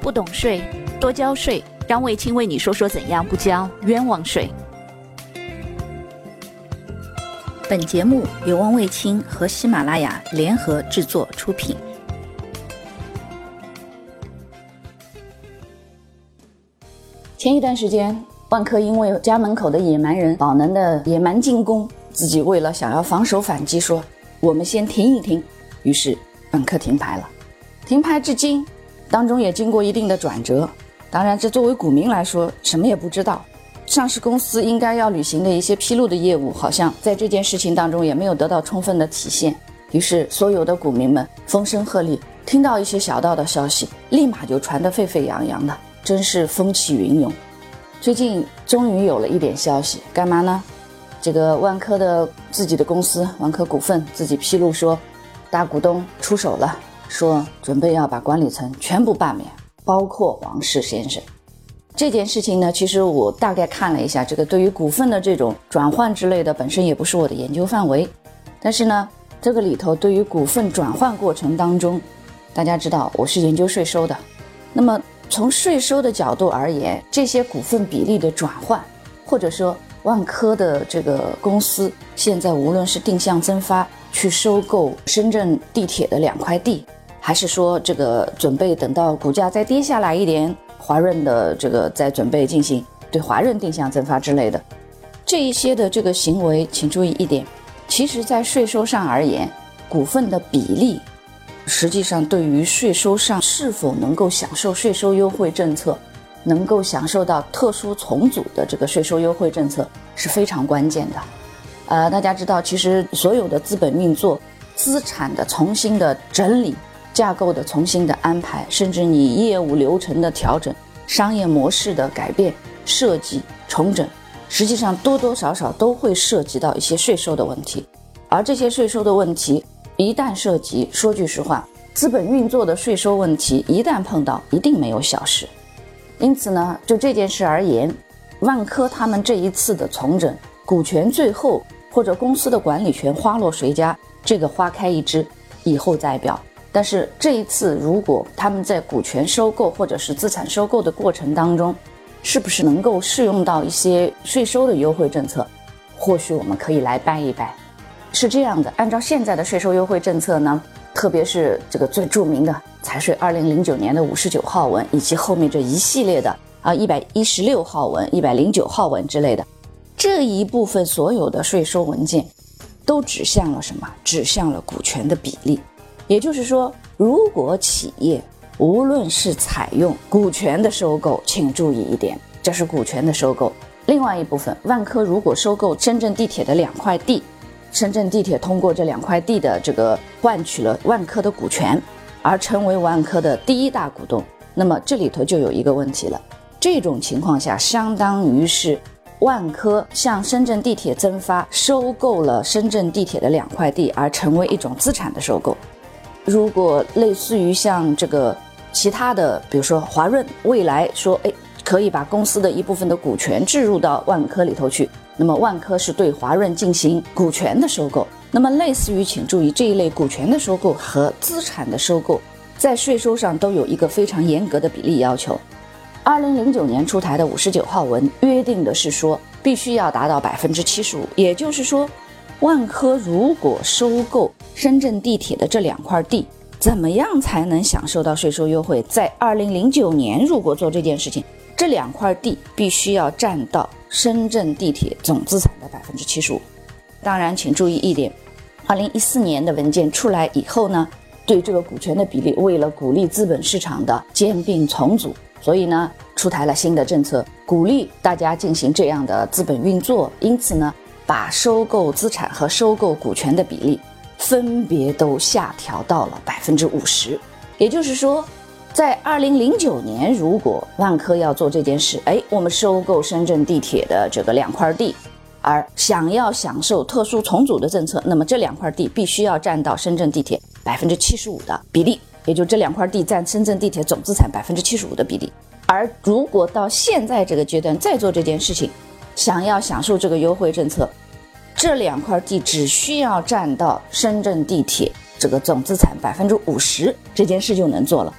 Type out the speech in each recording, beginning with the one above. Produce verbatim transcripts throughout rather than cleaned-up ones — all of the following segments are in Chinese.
不懂税，多交税。让卫青为你说说怎样不交冤枉税。本节目由汪卫青和喜马拉雅联合制作出品。前一段时间，万科因为家门口的野蛮人宝能的野蛮进攻，自己为了想要防守反击，说我们先停一停，于是万科停牌了。停牌至今，当中也经过一定的转折。当然，这作为股民来说，什么也不知道。上市公司应该要履行的一些披露的业务，好像在这件事情当中也没有得到充分的体现。于是，所有的股民们风声鹤唳，听到一些小道的消息，立马就传得沸沸扬扬的，真是风起云涌。最近终于有了一点消息，干嘛呢？这个万科的自己的公司万科股份自己披露说，大股东出手了，说准备要把管理层全部罢免，包括王石先生。这件事情呢，其实我大概看了一下，这个对于股份的这种转换之类的，本身也不是我的研究范围。但是呢，这个里头对于股份转换过程当中，大家知道我是研究税收的，那么从税收的角度而言，这些股份比例的转换，或者说万科的这个公司现在无论是定向增发去收购深圳地铁的两块地，还是说这个准备等到股价再跌下来一点，华润的这个在准备进行对华润定向增发之类的，这一些的这个行为，请注意一点，其实在税收上而言，股份的比例实际上对于税收上是否能够享受税收优惠政策，能够享受到特殊重组的这个税收优惠政策是非常关键的。呃，大家知道，其实所有的资本运作、资产的重新的整理、架构的重新的安排，甚至你业务流程的调整、商业模式的改变、设计重整，实际上多多少少都会涉及到一些税收的问题。而这些税收的问题一旦涉及，说句实话，资本运作的税收问题一旦碰到，一定没有小事。因此呢，就这件事而言，万科他们这一次的重整，股权最后或者公司的管理权花落谁家，这个花开一枝，以后再表。但是这一次如果他们在股权收购或者是资产收购的过程当中，是不是能够适用到一些税收的优惠政策，或许我们可以来掰一掰。是这样的，按照现在的税收优惠政策呢，特别是这个最著名的财税二零零九年的五十九号文，以及后面这一系列的啊一百一十六号文、一百零九号文之类的，这一部分所有的税收文件都指向了什么？指向了股权的比例。也就是说，如果企业无论是采用股权的收购，请注意一点，这是股权的收购。另外一部分，万科如果收购深圳地铁的两块地，深圳地铁通过这两块地的这个换取了万科的股权，而成为万科的第一大股东，那么这里头就有一个问题了。这种情况下，相当于是万科向深圳地铁增发收购了深圳地铁的两块地，而成为一种资产的收购。如果类似于像这个其他的，比如说华润未来说，哎，可以把公司的一部分的股权置入到万科里头去，那么万科是对华润进行股权的收购。那么类似于，请注意，这一类股权的收购和资产的收购在税收上都有一个非常严格的比例要求。二零零九年出台的五十九号文约定的是说，必须要达到百分之七十五，也就是说，万科如果收购深圳地铁的这两块地，怎么样才能享受到税收优惠？在二零零九年如果做这件事情，这两块地必须要占到深圳地铁总资产的百分之七十五。当然，请注意一点，二零一四年的文件出来以后呢，对这个股权的比例，为了鼓励资本市场的兼并重组，所以呢，出台了新的政策，鼓励大家进行这样的资本运作。因此呢，把收购资产和收购股权的比例分别都下调到了百分之五十。也就是说，在二零零九年，如果万科要做这件事，哎，我们收购深圳地铁的这个两块地，而想要享受特殊重组的政策，那么这两块地必须要占到深圳地铁百分之七十五的比例，也就这两块地占深圳地铁总资产百分之七十五的比例。而如果到现在这个阶段再做这件事情，想要享受这个优惠政策，这两块地只需要占到深圳地铁这个总资产百分之五十，这件事就能做了。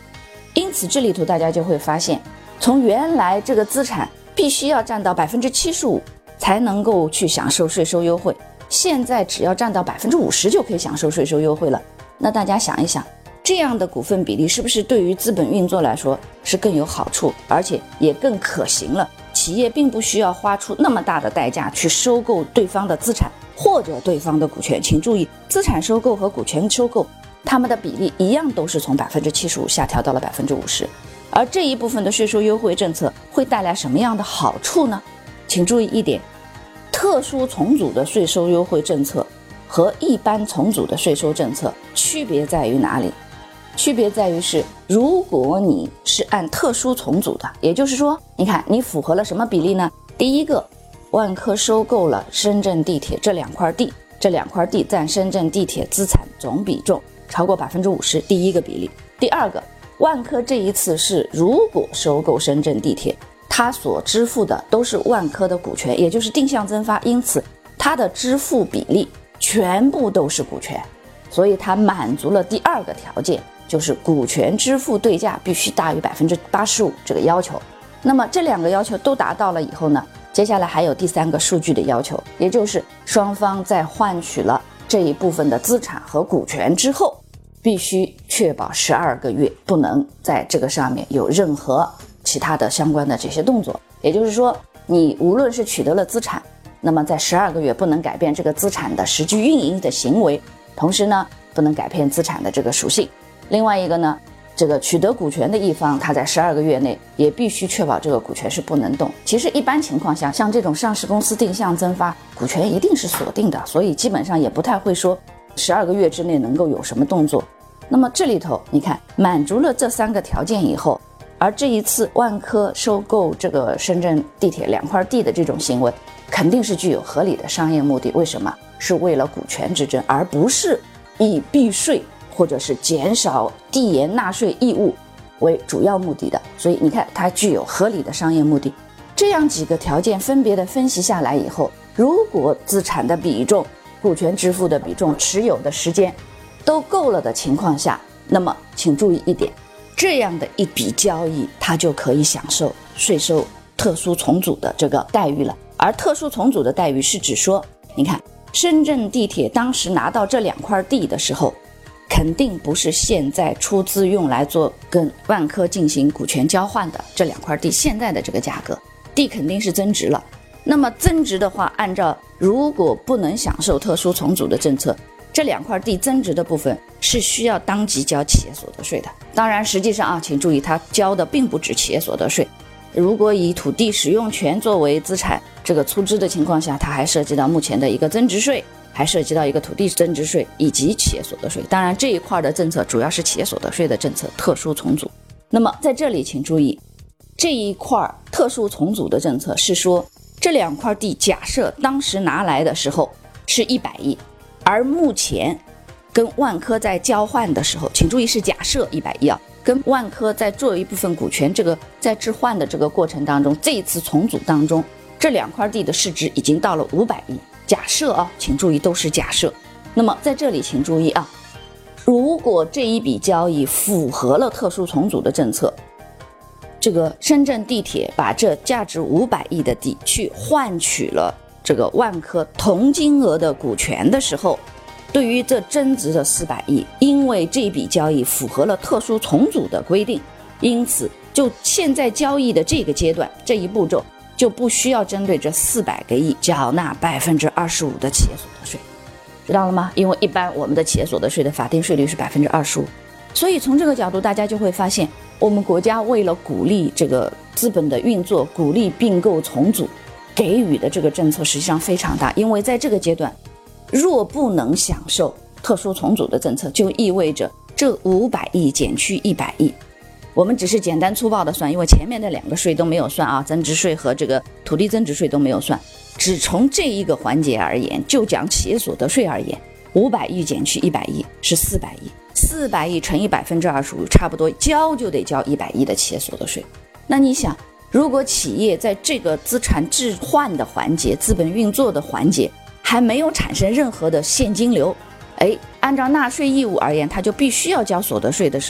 因此这里头大家就会发现，从原来这个资产必须要占到百分之七十五才能够去享受税收优惠，现在只要占到百分之五十就可以享受税收优惠了。那大家想一想，这样的股份比例是不是对于资本运作来说是更有好处，而且也更可行了？企业并不需要花出那么大的代价去收购对方的资产或者对方的股权。请注意，资产收购和股权收购他们的比例一样都是从百分之七十五下调到了百分之五十。而这一部分的税收优惠政策会带来什么样的好处呢？请注意一点，特殊重组的税收优惠政策和一般重组的税收政策区别在于哪里？区别在于是，如果你是按特殊重组的，也就是说，你看你符合了什么比例呢？第一个，万科收购了深圳地铁这两块地，这两块地占深圳地铁资产总比重超过百分之五十，第一个比例。第二个，万科这一次是如果收购深圳地铁，它所支付的都是万科的股权，也就是定向增发，因此它的支付比例全部都是股权，所以它满足了第二个条件，就是股权支付对价必须大于百分之八十五这个要求。那么这两个要求都达到了以后呢，接下来还有第三个数据的要求，也就是双方在换取了这一部分的资产和股权之后，必须确保十二个月不能在这个上面有任何其他的相关的这些动作。也就是说，你无论是取得了资产，那么在十二个月不能改变这个资产的实际运营的行为，同时呢不能改变资产的这个属性。另外一个呢，这个取得股权的一方，他在十二个月内也必须确保这个股权是不能动。其实一般情况下，像这种上市公司定向增发，股权一定是锁定的，所以基本上也不太会说十二个月之内能够有什么动作。那么这里头你看，满足了这三个条件以后，而这一次万科收购这个深圳地铁两块地的这种行为肯定是具有合理的商业目的。为什么？是为了股权之争，而不是以避税或者是减少递延纳税义务为主要目的的。所以你看，它具有合理的商业目的。这样几个条件分别的分析下来以后，如果资产的比重、股权支付的比重、持有的时间都够了的情况下，那么请注意一点，这样的一笔交易它就可以享受税收特殊重组的这个待遇了。而特殊重组的待遇是指说，你看深圳地铁当时拿到这两块地的时候，肯定不是现在出资用来做跟万科进行股权交换的这两块地现在的这个价格，地肯定是增值了。那么增值的话，按照如果不能享受特殊重组的政策，这两块地增值的部分是需要当即交企业所得税的。当然实际上啊，请注意，它交的并不止企业所得税，如果以土地使用权作为资产这个出资的情况下，它还涉及到目前的一个增值税，还涉及到一个土地增值税以及企业所得税。当然这一块的政策主要是企业所得税的政策，特殊重组。那么在这里请注意，这一块特殊重组的政策是说，这两块地假设当时拿来的时候是一百亿，而目前跟万科在交换的时候，请注意是假设一百亿啊，跟万科在做一部分股权这个在置换的这个过程当中，这一次重组当中，这两块地的市值已经到了五百亿。假设啊，请注意都是假设。那么在这里请注意啊，如果这一笔交易符合了特殊重组的政策，这个深圳地铁把这价值五百亿的地去换取了这个万科同金额的股权的时候，对于这增值的四百亿，因为这笔交易符合了特殊重组的规定，因此就现在交易的这个阶段这一步骤就不需要针对这四百个亿缴纳百分之二十五的企业所得税，知道了吗？因为一般我们的企业所得税的法定税率是百分之二十五，所以从这个角度大家就会发现，我们国家为了鼓励这个资本的运作，鼓励并购重组，给予的这个政策实际上非常大。因为在这个阶段，若不能享受特殊重组的政策，就意味着这五百亿减去一百亿。我们只是简单粗暴的算，因为前面的两个税都没有算啊，增值税和这个土地增值税都没有算，只从这一个环节而言，就讲企业所得税而言，五百亿减去一百亿是四百亿，四百亿乘以百分之二十五，差不多交就得交一百亿的企业所得税。那你想，如果企业在这个资产置换的环节、资本运作的环节还没有产生任何的现金流，哎，按照纳税义务而言，它就必须要交所得税的时候，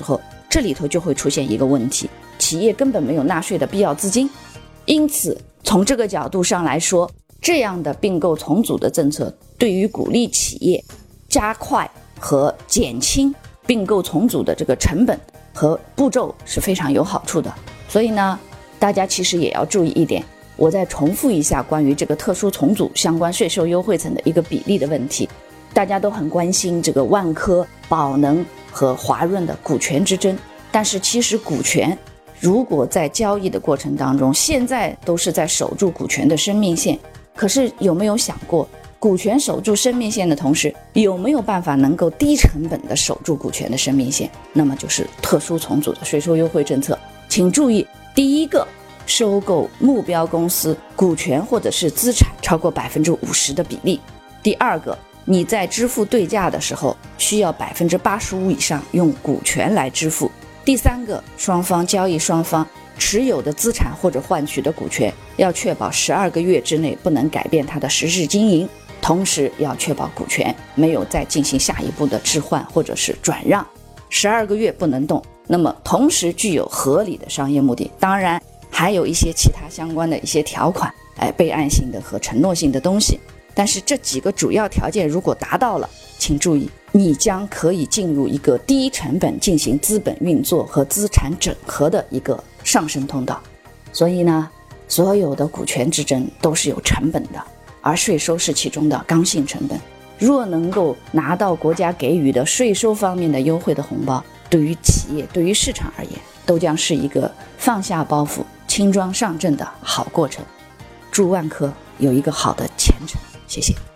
这里头就会出现一个问题，企业根本没有纳税的必要资金。因此从这个角度上来说，这样的并购重组的政策对于鼓励企业加快和减轻并购重组的这个成本和步骤是非常有好处的。所以呢，大家其实也要注意一点，我再重复一下关于这个特殊重组相关税收优惠层的一个比例的问题。大家都很关心这个万科、宝能和华润的股权之争，但是其实股权如果在交易的过程当中，现在都是在守住股权的生命线，可是有没有想过，股权守住生命线的同时，有没有办法能够低成本的守住股权的生命线？那么就是特殊重组的税收优惠政策。请注意，第一个，收购目标公司股权或者是资产超过百分之五十的比例；第二个，你在支付对价的时候，需要百分之八十五以上用股权来支付；第三个，双方交易双方持有的资产或者换取的股权要确保十二个月之内不能改变它的实质经营，同时要确保股权没有再进行下一步的置换或者是转让，十二个月不能动，那么同时具有合理的商业目的。当然还有一些其他相关的一些条款，哎，备案性的和承诺性的东西。但是这几个主要条件如果达到了，请注意，你将可以进入一个低成本进行资本运作和资产整合的一个上升通道。所以呢，所有的股权之争都是有成本的，而税收是其中的刚性成本。若能够拿到国家给予的税收方面的优惠的红包，对于企业对于市场而言都将是一个放下包袱轻装上阵的好过程。祝万科有一个好的前程，谢谢。